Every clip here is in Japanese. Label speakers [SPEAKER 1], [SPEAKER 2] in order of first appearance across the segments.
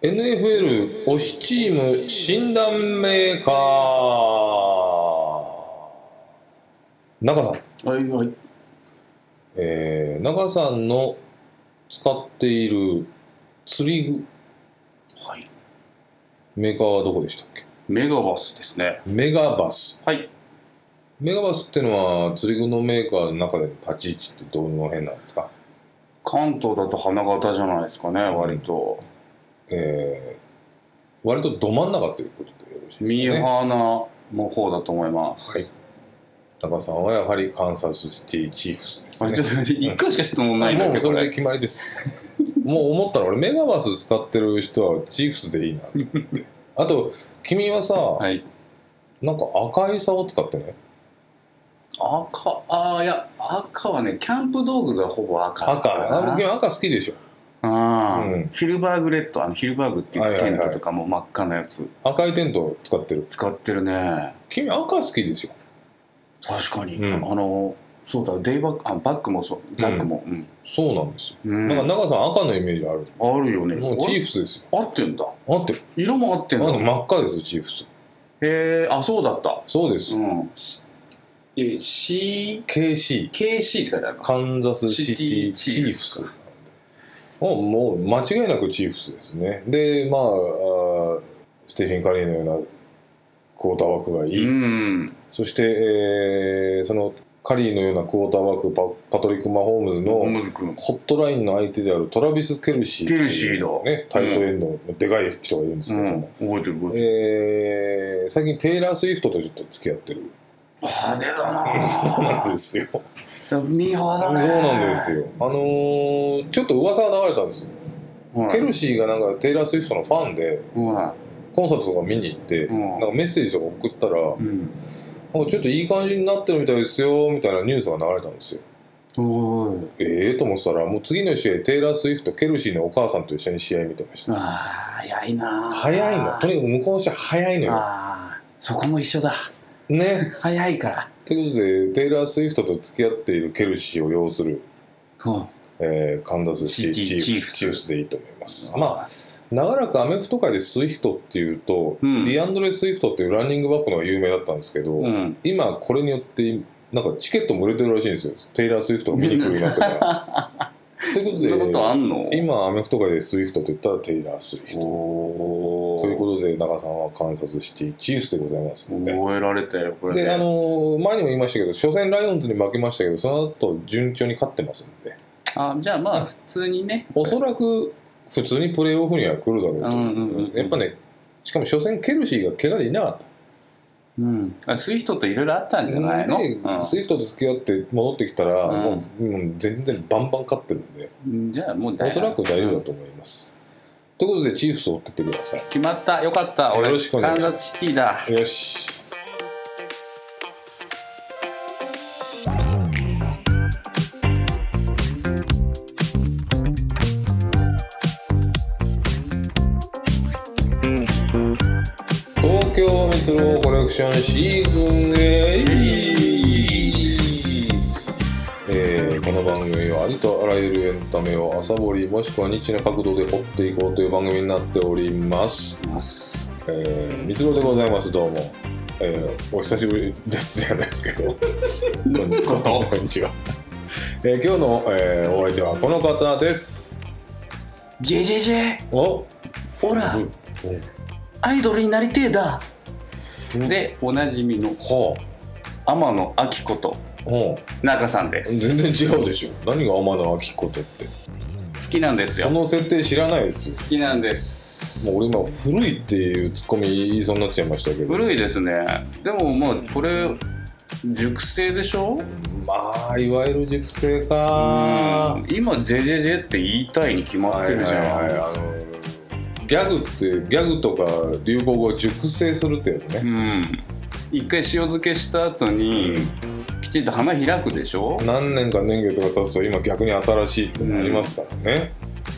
[SPEAKER 1] NFL 推しチーム診断メーカー中さん、
[SPEAKER 2] はいはい。
[SPEAKER 1] 中さんの使っている釣り具、
[SPEAKER 2] はい。
[SPEAKER 1] メーカーはどこでしたっけ？
[SPEAKER 2] メガバスですね。
[SPEAKER 1] メガバス。
[SPEAKER 2] はい。
[SPEAKER 1] メガバスっていうのは釣り具のメーカーの中での立ち位置ってどの辺なんですか？
[SPEAKER 2] 関東だと花形じゃないですかね、割と。
[SPEAKER 1] 割とど真ん中ということでよろしいですかね。
[SPEAKER 2] ミーハーなの方だと思います。
[SPEAKER 1] はい。中さんはやはりカンサスシティチーフスですね。
[SPEAKER 2] ちょっと1個しか質問ないんだけど、
[SPEAKER 1] もうそれで決まりです。もう思ったら俺メガバス使ってる人はチーフスでいいなってあと君はさ、
[SPEAKER 2] はい、
[SPEAKER 1] なんか赤い竿を使ってね。
[SPEAKER 2] いや赤はね、キャンプ道具がほぼ赤だからな。
[SPEAKER 1] 君赤好きでしょ。
[SPEAKER 2] ヒルバーグレッド、ヒルバーグっていうテントとかも真っ赤なやつ、
[SPEAKER 1] 赤いテント使ってるね。君赤好きでしょ。
[SPEAKER 2] 確かに、そうだ、バックもそう、ザックも、
[SPEAKER 1] そうなんですよ。なんか中さん赤のイメージある。
[SPEAKER 2] あるよね。
[SPEAKER 1] もうチーフスですよ。
[SPEAKER 2] 合ってんだ。
[SPEAKER 1] 合ってる。
[SPEAKER 2] 色も合ってんだ。
[SPEAKER 1] 真っ赤ですよチーフス。
[SPEAKER 2] へえ、そうだった。
[SPEAKER 1] そうです。
[SPEAKER 2] KC って書いてあるか。
[SPEAKER 1] カンザスシティチーフス。もう間違いなくチーフスですね。でステフィン・カリーのようなクォーターワークがいい。そして、そのカリーのようなクォーターワーク、パトリック・マホームズのホットラインの相手であるトラビス・ケルシー、ね、タイトエンドのでかい人がいるんですけども、
[SPEAKER 2] 覚えてる。
[SPEAKER 1] 最近テイラー・スウィフトとちょっと付き合ってる。
[SPEAKER 2] 派手だな。
[SPEAKER 1] そうなんですよ。
[SPEAKER 2] ミーハーだね。
[SPEAKER 1] そうなんですよ。ちょっと噂が流れたんですよ。ケルシーがなんかテイラー・スウィフトのファンで、コンサートとか見に行って、なんかメッセージとか送ったら、なんかちょっといい感じになってるみたいですよみたいなニュースが流れたんですよ。と思ってたら、もう次の試合テイラー・スウィフトケルシーのお母さんと一緒に試合見てました。
[SPEAKER 2] 早いな。
[SPEAKER 1] 早いの。とにかく向こうの人は早いのよ。
[SPEAKER 2] そこも一緒だ
[SPEAKER 1] ね。
[SPEAKER 2] 早いから。
[SPEAKER 1] ということでテイラー・スウィフトと付き合っているケルシーを擁する、カンザスシティチーフスでいいと思います。長らくアメフト界でスイフトっていうと、リアンドレ・スイフトっていうランニングバックのが有名だったんですけど、今これによってなんかチケットも売れてるらしいんですよ。テイラー・スウィフトが見に来るようになってからということで、
[SPEAKER 2] そんなことあんの？
[SPEAKER 1] 今アメフト界でスイフトと言ったらテイラー・スウィフトということで、中さんはカンサスシティチーフスでございますので。
[SPEAKER 2] 覚えられたよこれで。
[SPEAKER 1] 前にも言いましたけど、初戦ライオンズに負けましたけど、その後順調に勝ってますので、
[SPEAKER 2] じゃあ普通にね、
[SPEAKER 1] おそらく普通にプレーオフには来るだろうと。やっぱね、しかも初戦ケルシーが怪我でいなかった。
[SPEAKER 2] スイフトといろいろあったんじゃないの？
[SPEAKER 1] で、スイフトと付き合って戻ってきたら、もう全然バンバン勝ってるんで、
[SPEAKER 2] じゃあもう
[SPEAKER 1] おそらく大丈夫だと思います。ということでチーフスを追ってってください。
[SPEAKER 2] 決まった。よかった。
[SPEAKER 1] よろしくお願いします。
[SPEAKER 2] カンザスシティだ。
[SPEAKER 1] よし。東京蜜ろコレクションシーズン8、この番組はありとあらゆるエンタメを朝掘りもしくはニッチな角度で掘っていこうという番組になっております。蜜ろでございます。どうも、お久しぶりですじゃないですけどこんにちは。今日の、お相手はこの方です。
[SPEAKER 2] JJJ
[SPEAKER 1] ほ
[SPEAKER 2] ら、アイドルになりてえだでおなじみの天野昭子と中さんです。
[SPEAKER 1] 全然違うでしょ。何が天野昭子とって。
[SPEAKER 2] 好きなんですよ。
[SPEAKER 1] その設定知らないですよ。
[SPEAKER 2] 好きなんです。
[SPEAKER 1] もう俺今古いっていうツッコミ言いそうになっちゃいましたけど。
[SPEAKER 2] 古いですね。でもこれ熟成でしょ。
[SPEAKER 1] いわゆる熟成か。
[SPEAKER 2] 今 JJJ って言いたいに決まってるじゃん。
[SPEAKER 1] ギャグとか流行語を熟成するってやつね。
[SPEAKER 2] 一回塩漬けした後に、きちんと花開くでしょ。
[SPEAKER 1] 何年か年月が経つと今逆に新しいってなりますからね。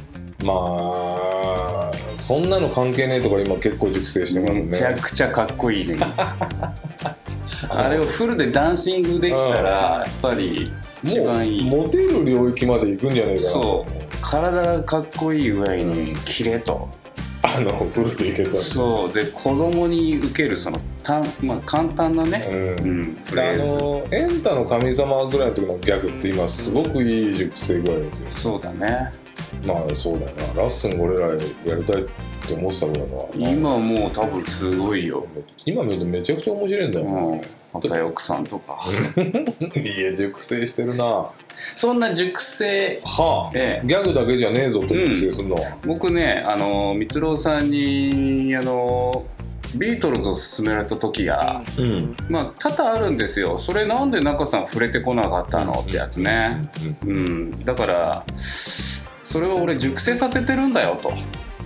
[SPEAKER 1] そんなの関係ねえとか今結構熟成してますね。
[SPEAKER 2] めちゃくちゃかっこいいね。あれをフルでダンシングできたらやっぱり一番いい。
[SPEAKER 1] モテる領域まで行くんじゃないかなと。
[SPEAKER 2] そう、体がかっこいい上にキレと
[SPEAKER 1] フルでいけた。
[SPEAKER 2] そうで子供に受けるその簡単なね、
[SPEAKER 1] フレーズ。エンタの神様ぐらいの時のギャグって今すごくいい熟成具合ですよ。
[SPEAKER 2] そうだね。
[SPEAKER 1] まあそうだよな。ラッスン俺らやりたいって思ってたぐらいの。
[SPEAKER 2] 今もう多分すごいよ。
[SPEAKER 1] 今見るとめちゃくちゃ面白いんだよね。
[SPEAKER 2] また奥さんとか
[SPEAKER 1] いや熟成してるな。
[SPEAKER 2] そんな熟成、
[SPEAKER 1] ギャグだけじゃねえぞと熟成するのは、
[SPEAKER 2] 僕ね蜜郎さんにビートルズを勧められた時が、まあ多々あるんですよ。それなんで中さん触れてこなかったのってやつね。だからそれを俺熟成させてるんだよと。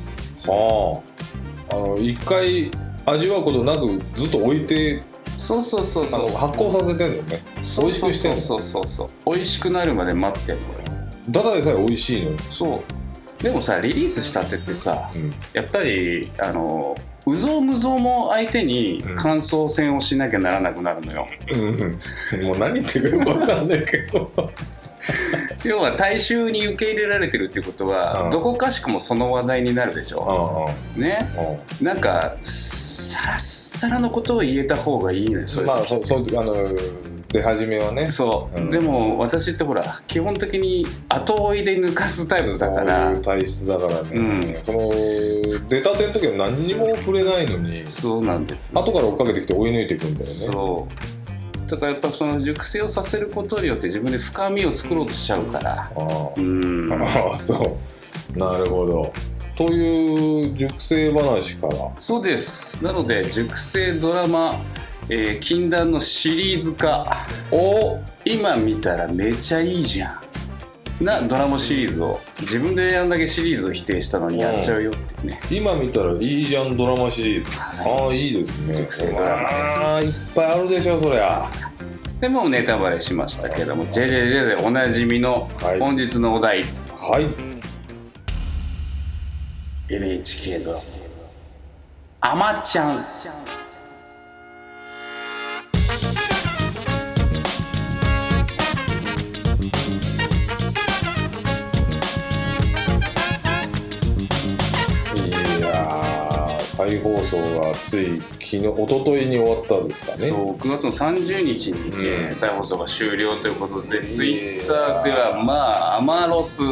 [SPEAKER 1] 一回味わうことなくずっと置いて、
[SPEAKER 2] そう発
[SPEAKER 1] 酵させてんのね。美味しくしてんの。
[SPEAKER 2] そう美味しくなるまで待ってんのよ。
[SPEAKER 1] ただでさえ美味しいのに。
[SPEAKER 2] そうでもさリリースしたてってさ、やっぱりうぞうむぞうも相手に感想戦をしなきゃならなくなるのよ。
[SPEAKER 1] もう何言ってるかよく分かんないけど
[SPEAKER 2] 要は大衆に受け入れられてるってことは、どこかしくもその話題になるでしょ。ね、なんかサラッサラのことを言えた方がいいのよ。出始めはね。でも私ってほら基本的に後追いで抜かすタイプだから。
[SPEAKER 1] そういう体質だからね、その出たての時は何にも触れないのに、
[SPEAKER 2] そうなんです、
[SPEAKER 1] 後から追っかけてきて追い抜いていくんだよね。
[SPEAKER 2] だからやっぱその熟成をさせることによって自分で深みを作ろうとしちゃうから。
[SPEAKER 1] そうなるほど。という熟成話から。
[SPEAKER 2] そうです。なので熟成ドラマ、禁断のシリーズ化を今見たらめちゃいいじゃんなドラマシリーズを自分であんだけシリーズを否定したのにやっちゃうよっていうね。
[SPEAKER 1] 今見たらいいじゃんドラマシリーズ。いいですね。
[SPEAKER 2] 熟成ドラマです。
[SPEAKER 1] いっぱいあるでしょそりゃ。
[SPEAKER 2] でもネタバレしましたけども、ジェジェジェでおなじみの本日のお題、NHK ドラマ「あまちゃん」。
[SPEAKER 1] 再放送がつい一昨日に終わったですかね。
[SPEAKER 2] そう9月の30日に、再放送が終了ということで、ツイッターではまあアマロス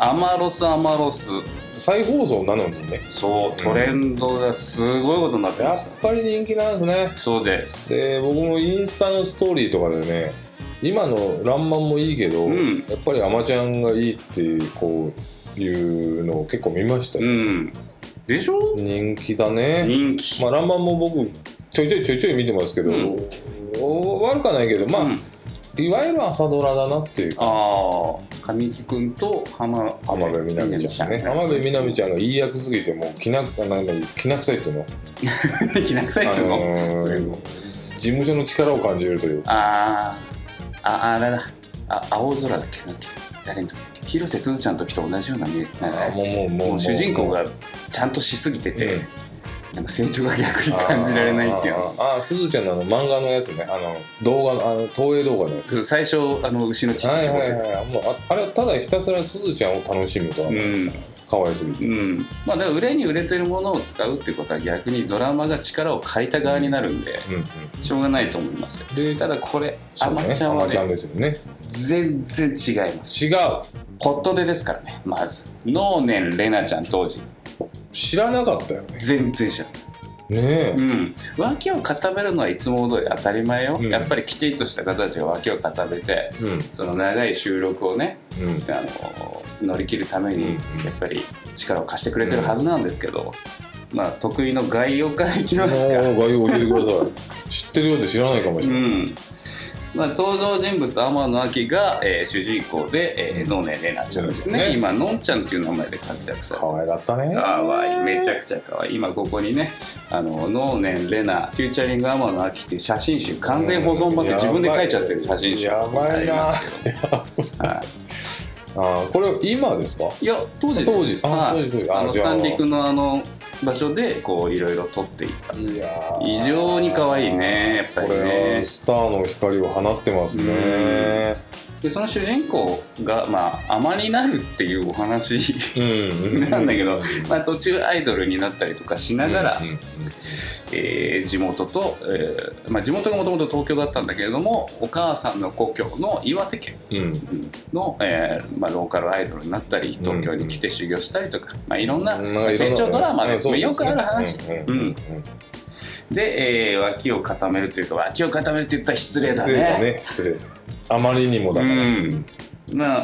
[SPEAKER 1] 再放送なのにね。
[SPEAKER 2] そうトレンドがすごいことになってました。
[SPEAKER 1] やっぱり人気なんですね。
[SPEAKER 2] そうです。
[SPEAKER 1] で僕もインスタのストーリーとかでね、今の「らんまん」もいいけど、やっぱり「あまちゃん」がいいっていうのを結構見ましたよ。
[SPEAKER 2] でしょ。
[SPEAKER 1] 人気だね。
[SPEAKER 2] 人気。
[SPEAKER 1] らんまんも僕ちょいちょい見てますけど、悪くはないけど、いわゆる朝ドラだなっていうか。
[SPEAKER 2] 神木君と浜辺美波ちゃんね。
[SPEAKER 1] 浜辺美波ちゃんがいい役すぎてもうきな臭いっていうの
[SPEAKER 2] きな臭いっていうの、
[SPEAKER 1] 事務所の力を感じるという。
[SPEAKER 2] あれだ。青空だっけ、なんて誰の時だっけ、広瀬すずちゃんの時と同じようなもう主人公がちゃんとしすぎてて、なんか成長が逆に感じられないっていうの。
[SPEAKER 1] すずちゃんの漫画のやつね、動画東映動画のやつ。
[SPEAKER 2] 最初牛の乳絞って
[SPEAKER 1] もうあれただひたすらすずちゃんを楽しむと可愛すぎて、
[SPEAKER 2] だから売れに売れてるものを使うっていうことは逆にドラマが力を借りた側になるんで、しょうがないと思いますよ。ただこれあまちゃんはね、全然違います。
[SPEAKER 1] 違う。
[SPEAKER 2] ホットでですからね。まず能年玲奈ちゃん当時
[SPEAKER 1] 知らなかったよね。
[SPEAKER 2] 全然知らないねえ。脇を固めるのはいつも通り当たり前よ。やっぱりきちっとした形が脇を固めて、その長い収録をね、乗り切るためにやっぱり力を貸してくれてるはずなんですけど、得意の概要からいきますか。
[SPEAKER 1] 概要を教えてください。知ってるようで知らないかもしれない。
[SPEAKER 2] 登場人物天野秋が、主人公で、能年玲奈ちゃんですね。今のんちゃんっていう名前で活躍されてます。
[SPEAKER 1] 可愛かったね。
[SPEAKER 2] かわいい、めちゃくちゃ可愛い。今ここにね、能年玲奈フューチャリング天野秋っていう写真集、完全保存版で自分で描いちゃってる写真集がありますけど。
[SPEAKER 1] これ今ですか？
[SPEAKER 2] いや当時です。三陸の場所でこういろいろ撮っていた。異常に可愛いね、やっぱりね。
[SPEAKER 1] これスターの光を放ってますね。
[SPEAKER 2] でその主人公が、アマになるっていうお話なんだけど、途中アイドルになったりとかしながら、地元と、地元がもともと東京だったんだけれども、お母さんの故郷の岩手県の、ローカルアイドルになったり、東京に来て修行したりとか、いろんな成長ドラマです、よくある話。で、脇を固めるというか、脇を固めるって言ったら失礼だね。
[SPEAKER 1] 失礼。あまりにもだから。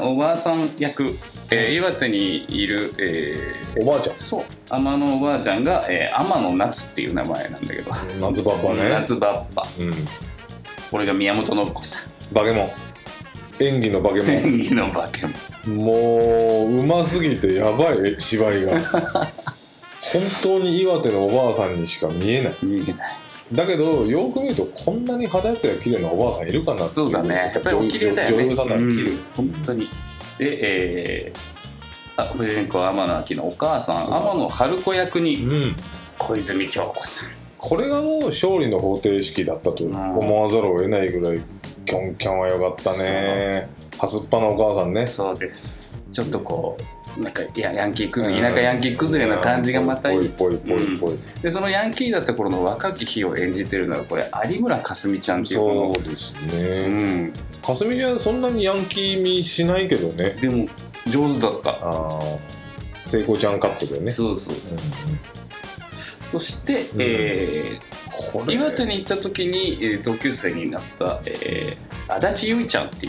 [SPEAKER 2] おばあさん役、岩手にいる、
[SPEAKER 1] おばあちゃん。
[SPEAKER 2] そう、天のおばあちゃんが、天野夏っていう名前なんだけど、
[SPEAKER 1] 夏バッパね。
[SPEAKER 2] 夏バッパ、これが宮本信子さん。
[SPEAKER 1] バケモン、演技のバケモン。
[SPEAKER 2] 演技のバケモン、
[SPEAKER 1] もううますぎてやばい芝居が本当に岩手のおばあさんにしか見えない。だけどよく見るとこんなに肌つや綺麗なおばあさんいるかなっていう。
[SPEAKER 2] そうだね、やっぱりお綺麗だよね、
[SPEAKER 1] 女優さんなら綺麗、
[SPEAKER 2] 本当に。で、主人公天野秋のお母さん、天野春子役に小泉今日子さん。
[SPEAKER 1] これがもう勝利の方程式だったと思わざるを得ないぐらい、キョンキョンは良かったね。はすっぱなお母さんね。
[SPEAKER 2] そうです。ちょっとこうなんかヤンキー崩れ、田舎ヤンキー崩れな感じがまたいい。
[SPEAKER 1] ぽい。
[SPEAKER 2] でそのヤンキーだった頃の若き日を演じてるのはこれ有村架純ちゃんっていう。
[SPEAKER 1] そうですね。架純ちゃんそんなにヤンキー味しないけどね。
[SPEAKER 2] でも上手だった。
[SPEAKER 1] 聖子ちゃんカットでね。
[SPEAKER 2] そう。そして、岩手に行った時に、同級生になった、足立結衣ちゃんっていう、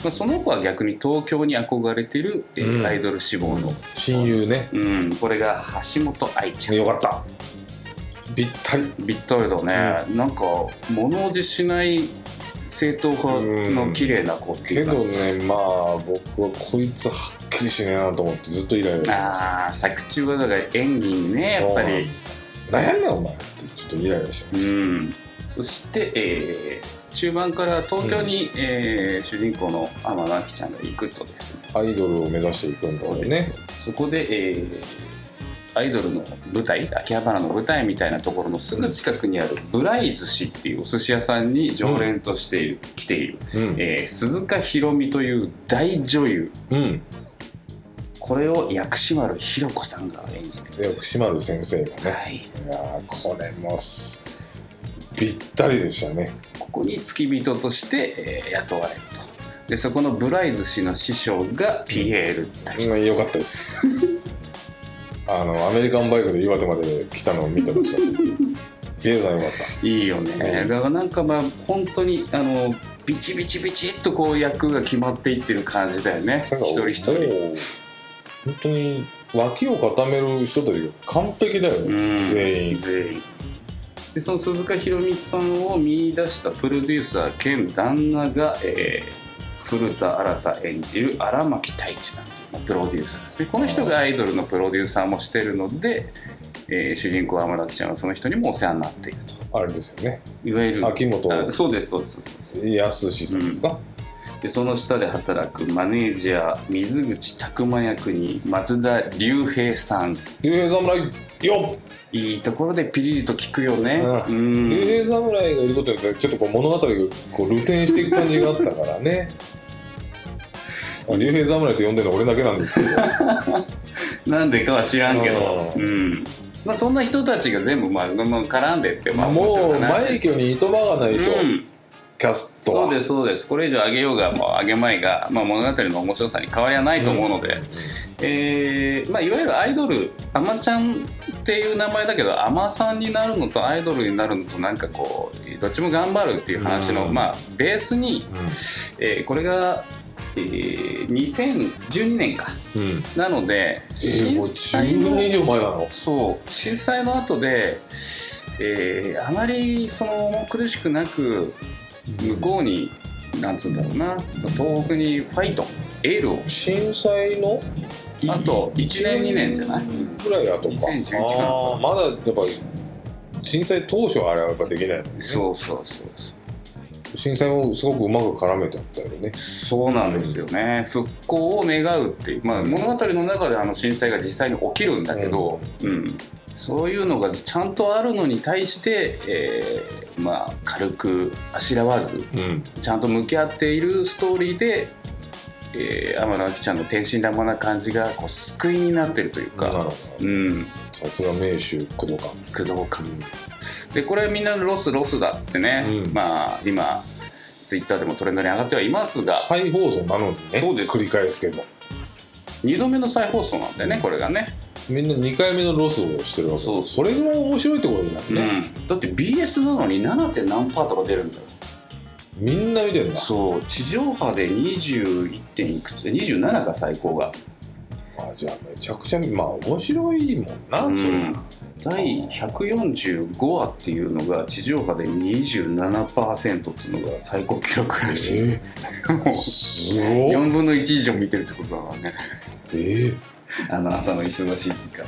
[SPEAKER 2] その子は逆に東京に憧れてる、アイドル志望の
[SPEAKER 1] 親友ね。
[SPEAKER 2] これが橋本愛ちゃん。
[SPEAKER 1] よかった。ぴったり
[SPEAKER 2] だね。なんか物おじしない正統派の綺麗な子っていうか。
[SPEAKER 1] けどね、僕はこいつはっきりしねえなと思ってずっとイライラしてま
[SPEAKER 2] した。作中はだから演技にね、やっぱり
[SPEAKER 1] 悩んだお前ってちょっとイライラしてまし
[SPEAKER 2] た。そして、中盤から東京に、主人公の天野秋ちゃんが行くとですね、
[SPEAKER 1] アイドルを目指していくんだよね。
[SPEAKER 2] そこで、アイドルの舞台、秋葉原の舞台みたいなところのすぐ近くにあるブライ寿司っていうお寿司屋さんに常連として来ている、鈴鹿ひろみという大女優、これを薬師丸ひろ子さんが演じてる。
[SPEAKER 1] 薬師丸先生がね、いやこれもぴったりでしたね。
[SPEAKER 2] ここに付き人として、雇われると。でそこのブライ寿司の師匠がピエール大使。
[SPEAKER 1] よかったですアメリカンバイクで岩手まで来たのを見てましたピエールさんよかった。
[SPEAKER 2] いいよね、だからなんか本当にビチビチっとこう役が決まっていってる感じだよね、一人一人。
[SPEAKER 1] 本当に脇を固める人たちが完璧だよね、全員。
[SPEAKER 2] でその鈴鹿ひろみさんを見出したプロデューサー兼旦那が、古田新太演じる荒牧太一さんのプロデューサーですね。この人がアイドルのプロデューサーもしてるので、主人公天野秋ちゃんはその人にもお世話になっていると。
[SPEAKER 1] あれですよね、
[SPEAKER 2] いわゆる
[SPEAKER 1] 秋元
[SPEAKER 2] そうです
[SPEAKER 1] 康さんですか、
[SPEAKER 2] でその下で働くマネージャー水口拓磨役に松田龍平さん。
[SPEAKER 1] 龍平侍よっ、
[SPEAKER 2] いいところでピリリと聞くよね。
[SPEAKER 1] 龍平侍がいることによってちょっとこう物語がこう露呈していく感じがあったからね龍平侍って呼んでるの俺だけなんですけど
[SPEAKER 2] なんでかは知らんけど、そんな人たちが全部絡んでって、
[SPEAKER 1] もう枚挙にいとまがないでしょ、キャストは。
[SPEAKER 2] そうです。これ以上上げようがもう上げまいが、物語の面白さに変わりはないと思うので、いわゆるアイドル、アマちゃんっていう名前だけど、アマさんになるのとアイドルになるのとなんかこうどっちも頑張るっていう話の、ベースに、これが2012年か、なので
[SPEAKER 1] もう10年以上前なの。
[SPEAKER 2] そう震災の後で、あまり重苦しくなく向こうになんつうんだろうな、東北にファイトエールを。
[SPEAKER 1] 震災の
[SPEAKER 2] あと1年2年じゃない
[SPEAKER 1] ぐらい後か。
[SPEAKER 2] 2011かな。
[SPEAKER 1] まだやっぱ震災当初はあれはやっぱできないもんね。
[SPEAKER 2] そう
[SPEAKER 1] 震災もすごくうまく絡めてあったよね。
[SPEAKER 2] そうなんですよね、復興を願うっていう、物語の中で震災が実際に起きるんだけど、そういうのがちゃんとあるのに対して、軽くあしらわず、ちゃんと向き合っているストーリーで天野あきちゃんの天真爛漫な感じがこう救いになってるというか、
[SPEAKER 1] さすが名手工藤官、
[SPEAKER 2] でこれみんなロスだっつってね、まあ今ツイッターでもトレンドに上がってはいますが、
[SPEAKER 1] 再放送なのにね、
[SPEAKER 2] そうです、
[SPEAKER 1] 繰り返すけど
[SPEAKER 2] 2度目の再放送なんだよね、これがね。
[SPEAKER 1] みんな2回目のロスをしてるわけ。それぐらい面白いってことだよね、
[SPEAKER 2] だって BS なのに 7. 何パーとか出るんだよ。
[SPEAKER 1] みんな見てんだ。
[SPEAKER 2] そう、地上波で 21. いくつで27か最高が。
[SPEAKER 1] じゃあめちゃくちゃ面白いもんな、それ。
[SPEAKER 2] 第145話っていうのが地上波で 27% っていうのが最高記録らしい。
[SPEAKER 1] すごい。
[SPEAKER 2] 4分の1以上見てるってことだからね。朝の忙しい時間。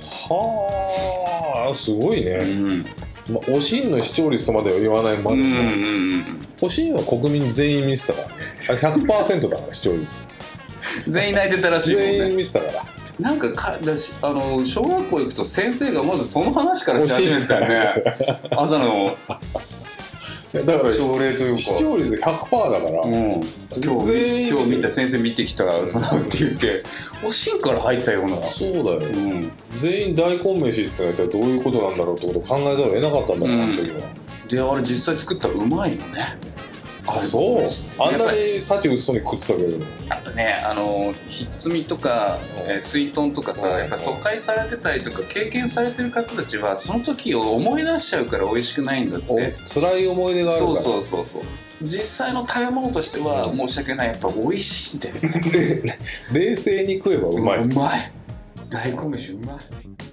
[SPEAKER 1] はあ、すごいね。おしんの視聴率とまでは言わないまでも、おしんは国民全員見てたからね。あれ 100% だから視聴率。
[SPEAKER 2] 全員泣いてたらしいもんね。
[SPEAKER 1] 全員見てたから。
[SPEAKER 2] なんか小学校行くと先生がまずその話からし始めてたよね。朝の
[SPEAKER 1] だから
[SPEAKER 2] 朝礼というか
[SPEAKER 1] 視聴率 100% だから、
[SPEAKER 2] 今日見た先生見てきたって言っておしんから入ったような。
[SPEAKER 1] そうだよ、全員大根飯ってのは一体どういうことなんだろうってことを考えざるを得なかったんだから、あの時は。
[SPEAKER 2] であれ実際作ったらうまいのね。
[SPEAKER 1] そう、あんなに幸薄そうに食ってたけど、
[SPEAKER 2] やっぱね、ひっつみとか水豚とかさ、やっぱ疎開されてたりとか経験されてる方たちはその時を思い出しちゃうから美味しくないんだって。
[SPEAKER 1] 辛い思い出があるから。
[SPEAKER 2] そう実際の食べ物としては申し訳ない、やっぱ美味しいんだよね。
[SPEAKER 1] 冷静に食えばうまい。
[SPEAKER 2] 大根飯うまい。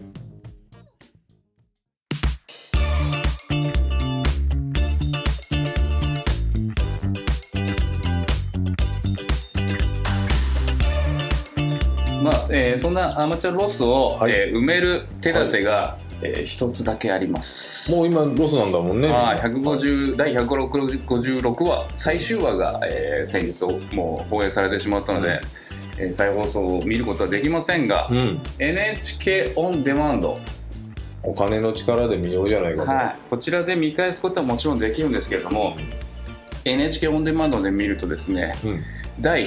[SPEAKER 2] そんなアマチュアロスを、埋める手立てが、一つだけあります。
[SPEAKER 1] もう今ロスなんだもんね。
[SPEAKER 2] 第156話最終話が、先日もう放映されてしまったので、再放送を見ることはできませんが、NHK オンデマンド、
[SPEAKER 1] お金の力で見ようじゃないかと、
[SPEAKER 2] こちらで見返すことはもちろんできるんですけれども、NHK オンデマンドで見るとですね、第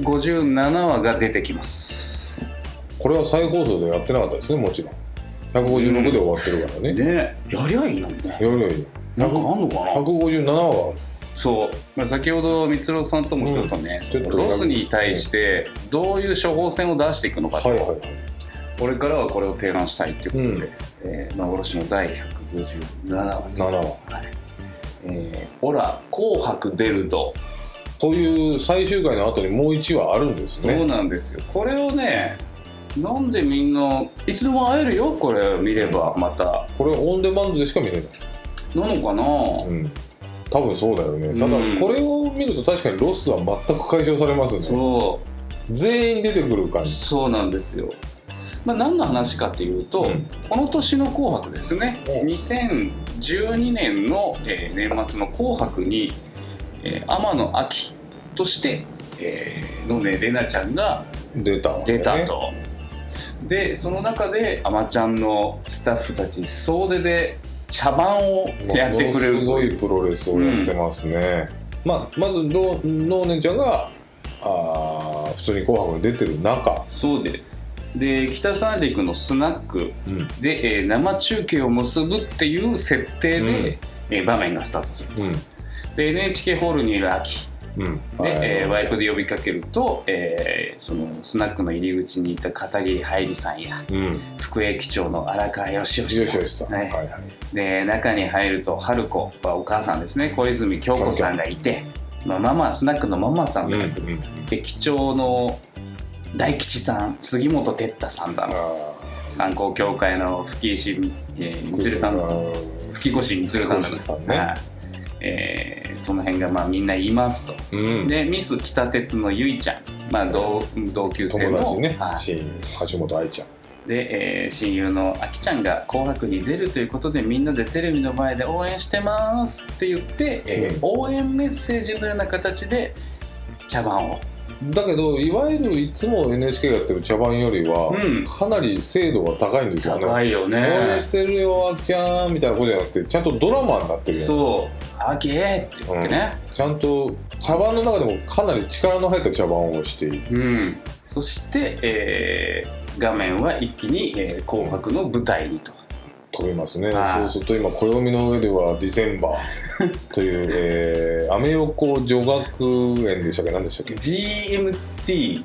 [SPEAKER 2] 157話が出てきます。
[SPEAKER 1] これは再放送でやってなかったですね、もちろん。156で終わってるからね。
[SPEAKER 2] やりゃいいのにね。
[SPEAKER 1] やりゃいい。
[SPEAKER 2] なんかあんのかな。
[SPEAKER 1] 157話がある。
[SPEAKER 2] そう、先ほど光郎さんともちょっとね、ロスに対してどういう処方箋を出していくのかと、これからはこれを提案したいっていうことで、幻の第157話オラ紅白出ると。
[SPEAKER 1] そういう最終回の後にもう1話あるんですね。
[SPEAKER 2] そうなんですよ。これをね、なんでみんないつでも会えるよ、これ見れば。また
[SPEAKER 1] これオンデマンドでしか見れない
[SPEAKER 2] なのかな。
[SPEAKER 1] 多分そうだよね。ただこれを見ると確かにロスは全く解消されますね。そう全員出てくる感じ。
[SPEAKER 2] そうなんですよ。何の話かっていうと、この年の紅白ですね、2012年の、年末の紅白に、天野あきとして、のねれなちゃんが出たと。でその中であまちゃんのスタッフたち総出で茶番をやってくれる
[SPEAKER 1] すごいプロレスをやってますね。まずのーねんちゃんが普通に紅白に出てる中。
[SPEAKER 2] そうです。で北三陸のスナックで、生中継を結ぶっていう設定で、場面がスタートすると、で NHK ホールにいる秋で、ワイプで呼びかけると、そのスナックの入り口にいた片桐はいりさんや、副駅長の荒川義義さん、で中に入ると春子はお母さんですね、小泉京子さんがいて、ママスナックのママさんがいて、駅長の大吉さん、杉本哲太さんだの、観光協会の吹越光さん、吹越光さんだの、その辺がみんないますと、でミス北鉄のゆいちゃん、同級生の
[SPEAKER 1] 友達ね、親友橋本愛ちゃん
[SPEAKER 2] で、親友のあきちゃんが紅白に出るということでみんなでテレビの前で応援してますって言って、応援メッセージのような形で茶番を。
[SPEAKER 1] だけどいわゆるいつも NHK がやってる茶番よりは、かなり精度が高いんですよね。
[SPEAKER 2] 高いよね。
[SPEAKER 1] 応援してるよあきちゃんみたいなことじゃなくて、ちゃんとドラマになってるやつ。
[SPEAKER 2] そう、あきーって言ってね、
[SPEAKER 1] ちゃんと茶番の中でもかなり力の入った茶番をしている、
[SPEAKER 2] そして、画面は一気に、紅白の舞台にと
[SPEAKER 1] 飛びますね。そうすると今暦の上ではディセンバーという、アメ横女学園でしたっけ、何でしたっけ、
[SPEAKER 2] GMT、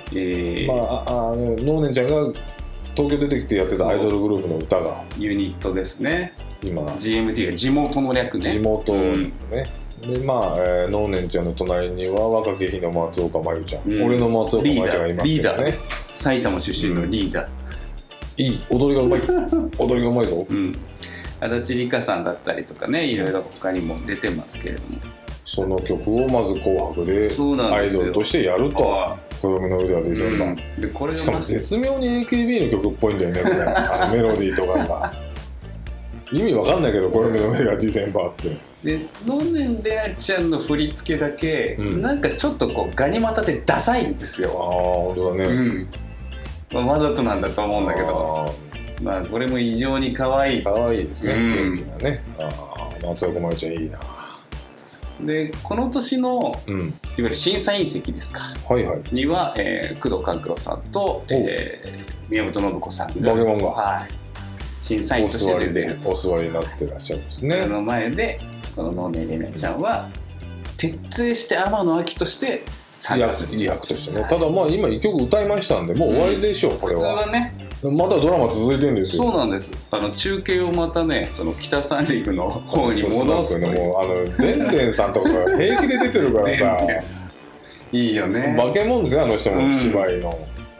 [SPEAKER 1] 能年ちゃんが東京出てきてやってたアイドルグループの歌が
[SPEAKER 2] ユニットですね。
[SPEAKER 1] 今
[SPEAKER 2] GMT が地元の略ね。
[SPEAKER 1] 地元ね、で能年ちゃんの隣には若き日の松岡真優ちゃん、俺の松岡真優ちゃんがいますけどね。
[SPEAKER 2] 埼玉出身のリーダー、
[SPEAKER 1] いい、踊りがうまい踊りがうまいぞ、
[SPEAKER 2] 足立梨花さんだったりとかね、いろいろ他にも出てますけれども、
[SPEAKER 1] その曲をまず紅白でアイドルとしてやると。暦の上ではディセンバー、
[SPEAKER 2] でこれ
[SPEAKER 1] しかも絶妙に AKB の曲っぽいんだよね、これメロディーとかが意味わかんないけど、暦の上ではディセンバーって。
[SPEAKER 2] で能年玲奈ちゃんの振り付けだけ、なんかちょっとこうガニ股でダサいんですよ。
[SPEAKER 1] 本当だね、
[SPEAKER 2] わざとなんだと思うんだけど、これも異常に可愛い
[SPEAKER 1] ですね、元気なね。松岡真優ちゃんいいな。
[SPEAKER 2] でこの年の、いわゆる審査員席ですか、には、工藤官九郎さんと、宮本信子さんが
[SPEAKER 1] バケモンが、
[SPEAKER 2] 審査員として出てる
[SPEAKER 1] お座りになってらっしゃるんですね。
[SPEAKER 2] その前でこの能年玲奈ちゃんは徹底して天野昭として参加する
[SPEAKER 1] 役としてね。ただ今1曲歌いましたんでもう終わりでしょう、これは。
[SPEAKER 2] 普通はね、
[SPEAKER 1] またドラマ続いてるんですよ。
[SPEAKER 2] そうなんです。中継をまたね、その北三陸の方に戻すという。
[SPEAKER 1] もうでんでんさんとかが平気で出てるからさ
[SPEAKER 2] いいよね。
[SPEAKER 1] 化け物ですよ、あの人も芝居の。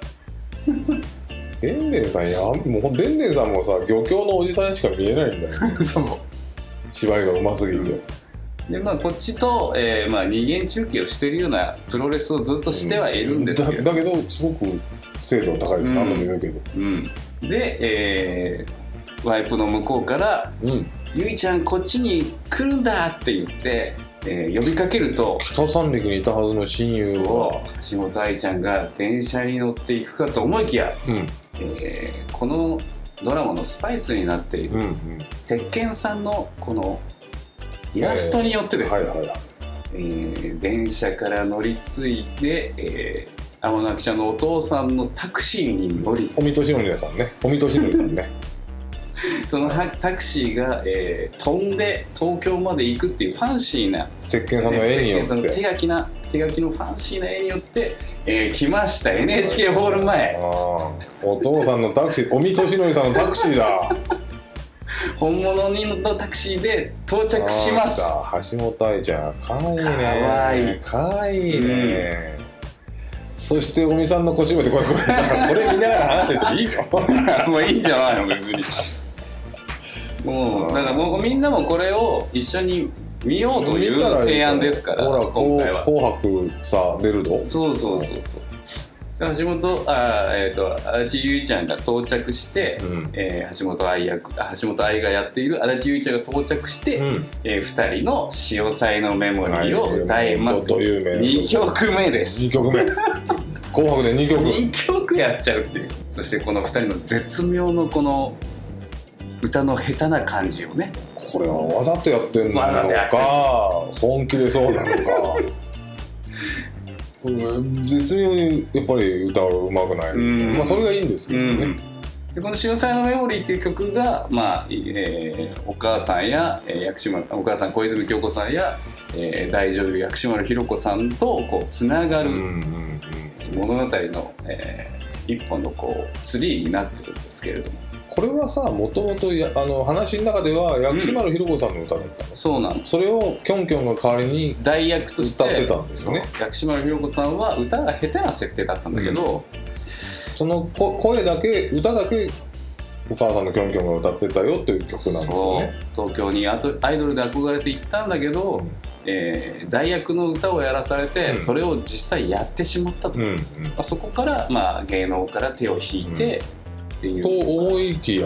[SPEAKER 1] でんでんさんもうでんでんさんもさ、漁協のおじさんにしか見えないんだよね
[SPEAKER 2] そう、
[SPEAKER 1] 芝居がうますぎて、
[SPEAKER 2] でこっちと、二元中継をしているようなプロレスをずっとしてはいるんですけど、
[SPEAKER 1] だけどすごく精度が高いです。何度も言うけど、
[SPEAKER 2] で、ワイプの向こうから「ゆいちゃんこっちに来るんだ」って言って、呼びかけると、
[SPEAKER 1] 北三陸にいたはずの親友は
[SPEAKER 2] 橋本愛ちゃんが電車に乗っていくかと思いきや、このドラマのスパイスになっている、鉄拳さんのこのイラストによってですね、電車から乗り継いで、天野ちゃんのお父さんのタクシーに乗り、
[SPEAKER 1] 尾身俊則さんね、尾身俊則さんね
[SPEAKER 2] そのタクシーが、飛んで東京まで行くっていうファンシーな
[SPEAKER 1] 鉄拳さんの絵によって
[SPEAKER 2] 手書きのファンシーな絵によって、来ました NHK ホール前。
[SPEAKER 1] お父さんのタクシー、尾身俊則さんのタクシーだ
[SPEAKER 2] 本物のタクシーで到着します。
[SPEAKER 1] 橋本愛ちゃんかわいいね、かわいいね、そして尾身さんの腰までこれ見ながら話してていいの
[SPEAKER 2] もういいんじゃないの別に。もうだからもうみんなもこれを一緒に見ようという提案ですから。
[SPEAKER 1] ほら
[SPEAKER 2] 今回は
[SPEAKER 1] 紅白さ出るの。
[SPEAKER 2] そう橋本足立結衣ちゃんが到着して、橋本愛がやっている足立結衣ちゃんが到着して、2人の潮騒のメモリーを歌います。2曲目です。
[SPEAKER 1] 2曲目紅白で2
[SPEAKER 2] 曲やっちゃうっていう。そしてこの2人の絶妙のこの歌の下手な感じをね、
[SPEAKER 1] これはわざとやってんのか本気でそうなのか絶妙にやっぱり歌うまくない、それがいいんですけどね、
[SPEAKER 2] でこの「潮騒のメモリー」っていう曲が、お母さんやお母さん小泉今日子さんや、大女優薬師丸ひろ子さんとこうつながる物語の、一本のこうツリーになってるんですけれども、
[SPEAKER 1] これはさ、もともと話の中では薬師丸ひろ子さんの歌だったの、
[SPEAKER 2] そうなの。
[SPEAKER 1] それをキョンキョンが代わりに
[SPEAKER 2] 代役として
[SPEAKER 1] 歌ってたんですよね。
[SPEAKER 2] 薬師丸ひろ子さんは歌が下手な設定だったんだけど、
[SPEAKER 1] その声だけ歌だけお母さんのキョンキョンが歌ってたよという曲なんですよね。
[SPEAKER 2] 東京にアイドルで憧れて行ったんだけど、代役の歌をやらされて、それを実際やってしまったと、そこから、芸能から手を引いて、
[SPEAKER 1] と思いきや、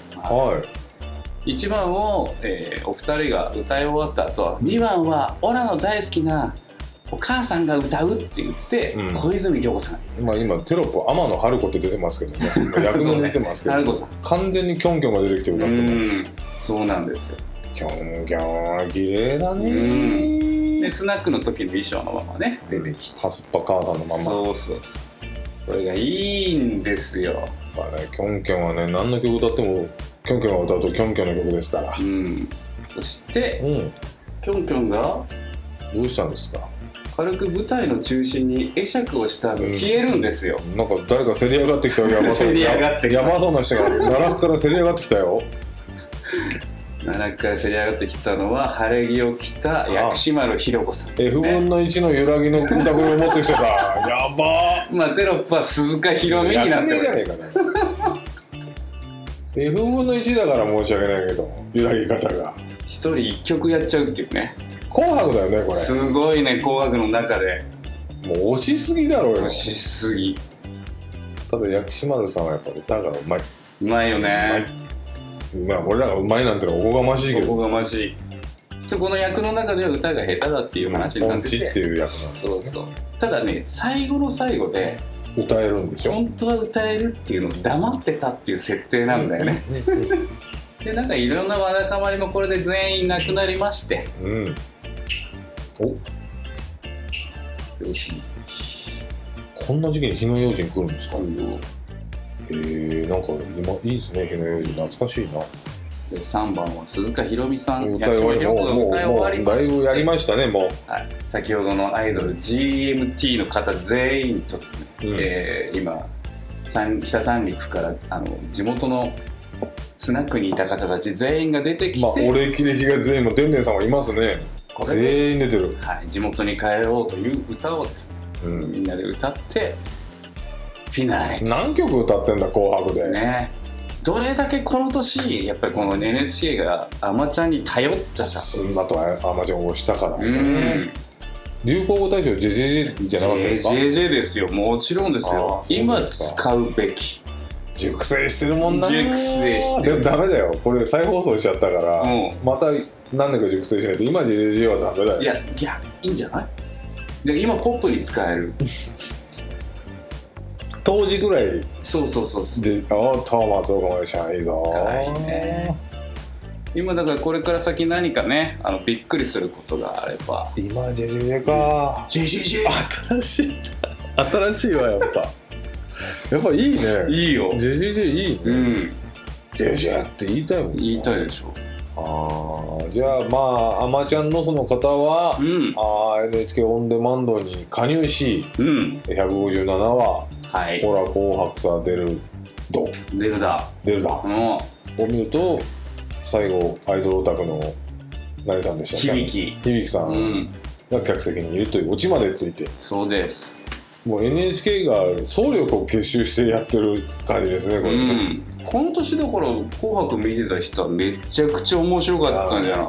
[SPEAKER 2] 1番を、お二人が歌い終わった後は、2番はオラの大好きなお母さんが歌うって言って、小泉今日子さんが出てます。
[SPEAKER 1] 今テロップ天野春子って出てますけどね役の出てますけど完全にキョンキョンが出てきて歌ってます。
[SPEAKER 2] そうなんですよ。
[SPEAKER 1] キョンキョンは綺麗だね。
[SPEAKER 2] でスナックの時の衣装のままね出てきて、
[SPEAKER 1] ハスッパ母さんのまま。
[SPEAKER 2] そうこれがいいんですよ。
[SPEAKER 1] だからね、キョンキョンはね、何の曲歌ってもキョンキョンが歌うとキョンキョンの曲ですから。
[SPEAKER 2] そして、キョンキョンが
[SPEAKER 1] どうしたんですか。
[SPEAKER 2] 軽く舞台の中心に会釈をした後消えるんですよ。
[SPEAKER 1] なんか誰かせり上がってきたよ。やばそうな人が奈落からせり上がってきたよ。
[SPEAKER 2] 奈落からせり上がってきたのは晴れ着を着た薬師丸ひろ子さん、ね、
[SPEAKER 1] F 分の1の揺らぎの歌声を持ってる人だ。やば
[SPEAKER 2] ー。まあテロップは鈴鹿ひろみになってる。
[SPEAKER 1] 役名じゃねえかな。F 分の1だから申し訳ないけど、揺らぎ方が
[SPEAKER 2] 一人一曲やっちゃうっていうね。
[SPEAKER 1] 紅白だよねこれ。
[SPEAKER 2] すごいね、紅白の中で
[SPEAKER 1] もう押しすぎだろうよ。
[SPEAKER 2] 押しすぎ。
[SPEAKER 1] ただ薬師丸さんはやっぱ歌がうまい。
[SPEAKER 2] うまいよね。
[SPEAKER 1] まあ俺らがうまいなんてのはおこがましいけど、
[SPEAKER 2] おこがましい。この役の中では歌が下手だっていう話になってて、
[SPEAKER 1] ポンチっていう役なんですね。
[SPEAKER 2] そうただね、最後の最後で
[SPEAKER 1] 歌えるんでしょ。
[SPEAKER 2] 本当は歌えるっていうのを黙ってたっていう設定なんだよね。でなんかいろんなわだかまりもこれで全員なくなりまして、
[SPEAKER 1] お、
[SPEAKER 2] よし、
[SPEAKER 1] こんな時期に火の用心来るんですか。なんか今いいですね、火の用心。懐かしいな。
[SPEAKER 2] で3番は鈴鹿ひろみさん。
[SPEAKER 1] 歌い終わり、もうだいぶやりましたね。もう、
[SPEAKER 2] 先ほどのアイドル GMT の方全員とですね、今北三陸から地元のスナックにいた方たち全員が出てきて、
[SPEAKER 1] お歴々が全員もでんでんさんはいますね。全員出てる。
[SPEAKER 2] 地元に帰ろうという歌をですね、みんなで歌ってフィナーレ。
[SPEAKER 1] 何曲歌ってんだ紅白で
[SPEAKER 2] ね。どれだけこの年やっぱりこの NHK がアマちゃんに頼ったかと。
[SPEAKER 1] あとアマちゃんをしたからね。流行語大賞 JJJ じゃなかったですか。
[SPEAKER 2] JJJ ですよ、もちろんですよ。今使うべき。
[SPEAKER 1] 熟成してるもんな。
[SPEAKER 2] 熟成してる。
[SPEAKER 1] ダメだよこれ、再放送しちゃったから、また何年か熟成しないと。今 JJJ はダメだよ。
[SPEAKER 2] いやいいんじゃない。で今ポップに使える。
[SPEAKER 1] 当時ぐらい。
[SPEAKER 2] そうで、ト
[SPEAKER 1] ーマス岡本ちゃんいいぞ
[SPEAKER 2] ー。今だからこれから先何かねびっくりすることがあれば。
[SPEAKER 1] 今 JJJ か。
[SPEAKER 2] JJJ
[SPEAKER 1] 新しいわ。やっぱいいね。
[SPEAKER 2] いいよ
[SPEAKER 1] JJJ いいね。JJJ って言いたいもん。
[SPEAKER 2] 言いたいでしょ。
[SPEAKER 1] じゃあアマちゃんのその方は、NHK オンデマンドに加入し、157話、ほら紅白さ出るだを見ると、最後アイドルオタクの何さんでしたっけ、響さんが客席にいるというオチまでついて。
[SPEAKER 2] そうです。
[SPEAKER 1] もう NHK が総力を結集してやってる感じですねこれね。
[SPEAKER 2] この年だから紅白見てた人はめちゃくちゃ面白かったんじゃない。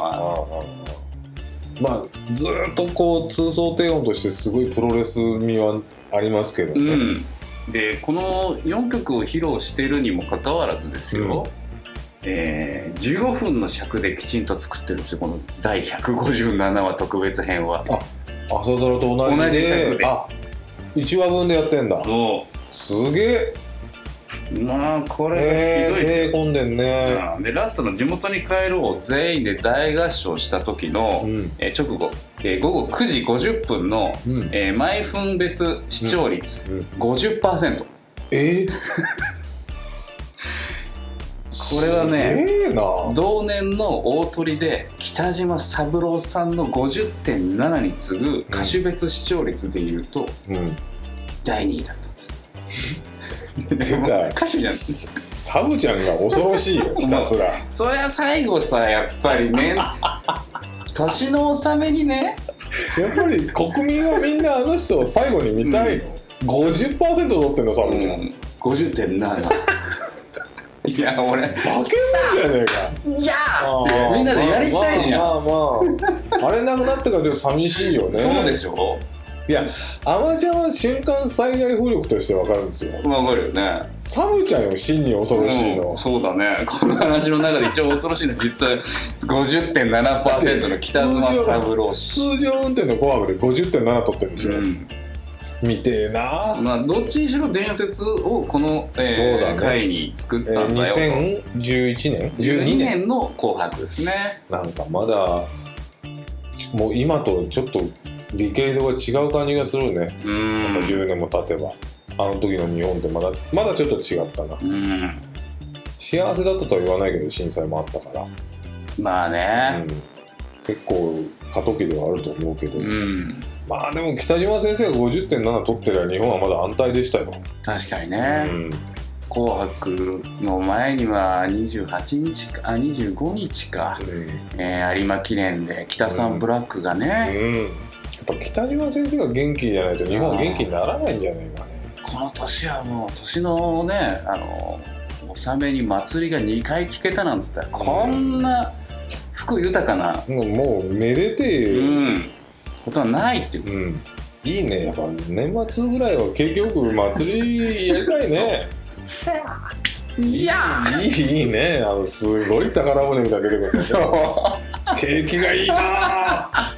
[SPEAKER 1] ずっとこう通奏低音としてすごいプロレス味はありますけどね。
[SPEAKER 2] でこの4曲を披露してるにもかかわらずですよ、15分の尺できちんと作ってるんですよ、この第157話特別編は。
[SPEAKER 1] 朝ドラと同じで1話分でやってんだ。すげえ。
[SPEAKER 2] これがひどいですよ。
[SPEAKER 1] 手込んでんね。
[SPEAKER 2] でラストの地元に帰ろうを全員で大合唱した時の、直後、午後9時50分の、毎分別視聴率、50%。これはね、同年の大トリで北島三郎さんの 50.7 に次ぐ歌手別視聴率でいうと、第2位だったんです。
[SPEAKER 1] てか
[SPEAKER 2] 歌手じゃん。
[SPEAKER 1] サブちゃんが恐ろしいよひたすら。
[SPEAKER 2] そりゃ最後さ、やっぱりね年の納めにね、
[SPEAKER 1] やっぱり国民はみんなの人を最後に見たいの。50% 取ってんのサブちゃん。
[SPEAKER 2] 50.7。いや俺
[SPEAKER 1] バケモンじゃねえか。
[SPEAKER 2] いやーってみんなでやりたいじゃん。
[SPEAKER 1] あれなくなってからちょっと寂しいよね。
[SPEAKER 2] そうでしょ。
[SPEAKER 1] いや、アマちゃんは瞬間最大風力として分かるんですよ。
[SPEAKER 2] 分かるよね。
[SPEAKER 1] サブちゃんよ真に恐ろしいの。
[SPEAKER 2] そうだね。この話の中で一応恐ろしいのは実は 50.7% の北島三郎氏。
[SPEAKER 1] 通常運転の紅白で 50.7 取ってるでしょ。見てえな。
[SPEAKER 2] どっちにしろ伝説をこの、回に作ったんだよ。
[SPEAKER 1] 2011年
[SPEAKER 2] 12年の紅白ですね。
[SPEAKER 1] なんかまだもう今とちょっとディケイドが違う感じがするね。やっぱ10年も経てばあの時の日本ってまだちょっと違ったな。幸せだったとは言わないけど震災もあったから、
[SPEAKER 2] まあね、
[SPEAKER 1] 結構過渡期ではあると思うけど、まあでも北島先生が 50.7 取ってりゃ日本はまだ安泰でしたよ。
[SPEAKER 2] 確かにね、紅白の前には28日か25日か、有馬記念で北さんブラックがね、や
[SPEAKER 1] っぱ北島先生が元気じゃないと日本は元気にならないんじゃないかね。
[SPEAKER 2] この年はもう年のね納めに祭りが2回聞けたなんつったら、こんな福豊かな
[SPEAKER 1] もうめでて
[SPEAKER 2] ことはないっていう、
[SPEAKER 1] いいね。やっぱ年末ぐらいは景気よく祭りやりたいね。いいね。すごい宝船みたいな出てくるね。景気がいいな。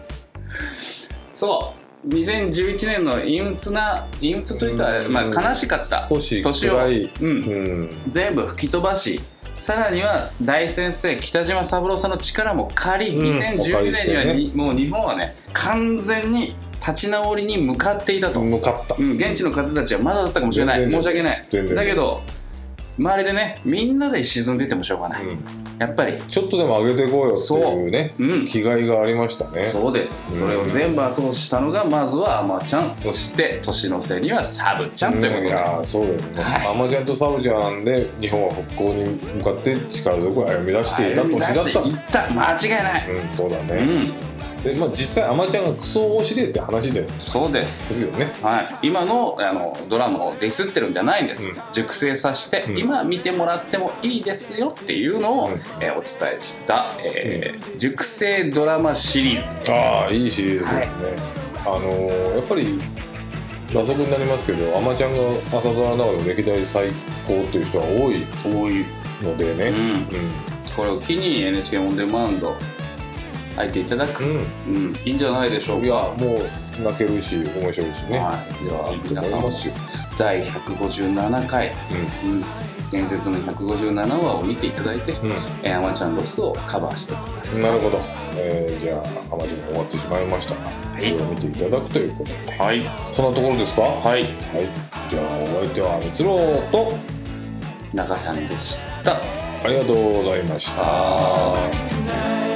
[SPEAKER 2] そう2011年の陰鬱といったら、まあ悲しかった
[SPEAKER 1] 少し
[SPEAKER 2] 年を
[SPEAKER 1] 暗い、
[SPEAKER 2] 全部吹き飛ばし、さらには大先生北島三郎さんの力も借り、2012年にはもう日本はね完全に立ち直りに向かっていたと。
[SPEAKER 1] 向かった、
[SPEAKER 2] 現地の方たちはまだだったかもしれない、申し訳ない。だけど周りでねみんなで沈んでいってもしょうがない、やっぱり
[SPEAKER 1] ちょっとでも上げていこうよっていうね、気概がありましたね。
[SPEAKER 2] そうです、それを全部後押ししたのがまずはアマちゃん、そして年の瀬にはサブちゃんということで、
[SPEAKER 1] いやそうですね、アマちゃんとサブちゃんで日本は復興に向かって力強く歩み出していた年だった。
[SPEAKER 2] 間違いない、
[SPEAKER 1] そうだね、で実際アマちゃんがクソ面白いって話で
[SPEAKER 2] そうです
[SPEAKER 1] よね。
[SPEAKER 2] 今のドラマをディスってるんじゃないんです、熟成させて、今見てもらってもいいですよっていうのを、お伝えした、熟成ドラマシリーズ。
[SPEAKER 1] いいシリーズですね、やっぱり打足になりますけどアマちゃんが朝ドラの中で歴代最高っていう人が多いのでね、
[SPEAKER 2] これを機に NHK オンデマンド入っていただく、いいんじゃないでしょうか。
[SPEAKER 1] いやもう泣けるし面白いしね、
[SPEAKER 2] では皆さんも第157回、伝説の157話を見ていただいて、アマちゃんロスをカバーしてください。
[SPEAKER 1] なるほど、じゃあアマちゃんが終わってしまいましたが、それを見ていただくということで、そんなところですか。じゃあお相手は蜜ろと
[SPEAKER 2] 中さんでした。
[SPEAKER 1] ありがとうございました。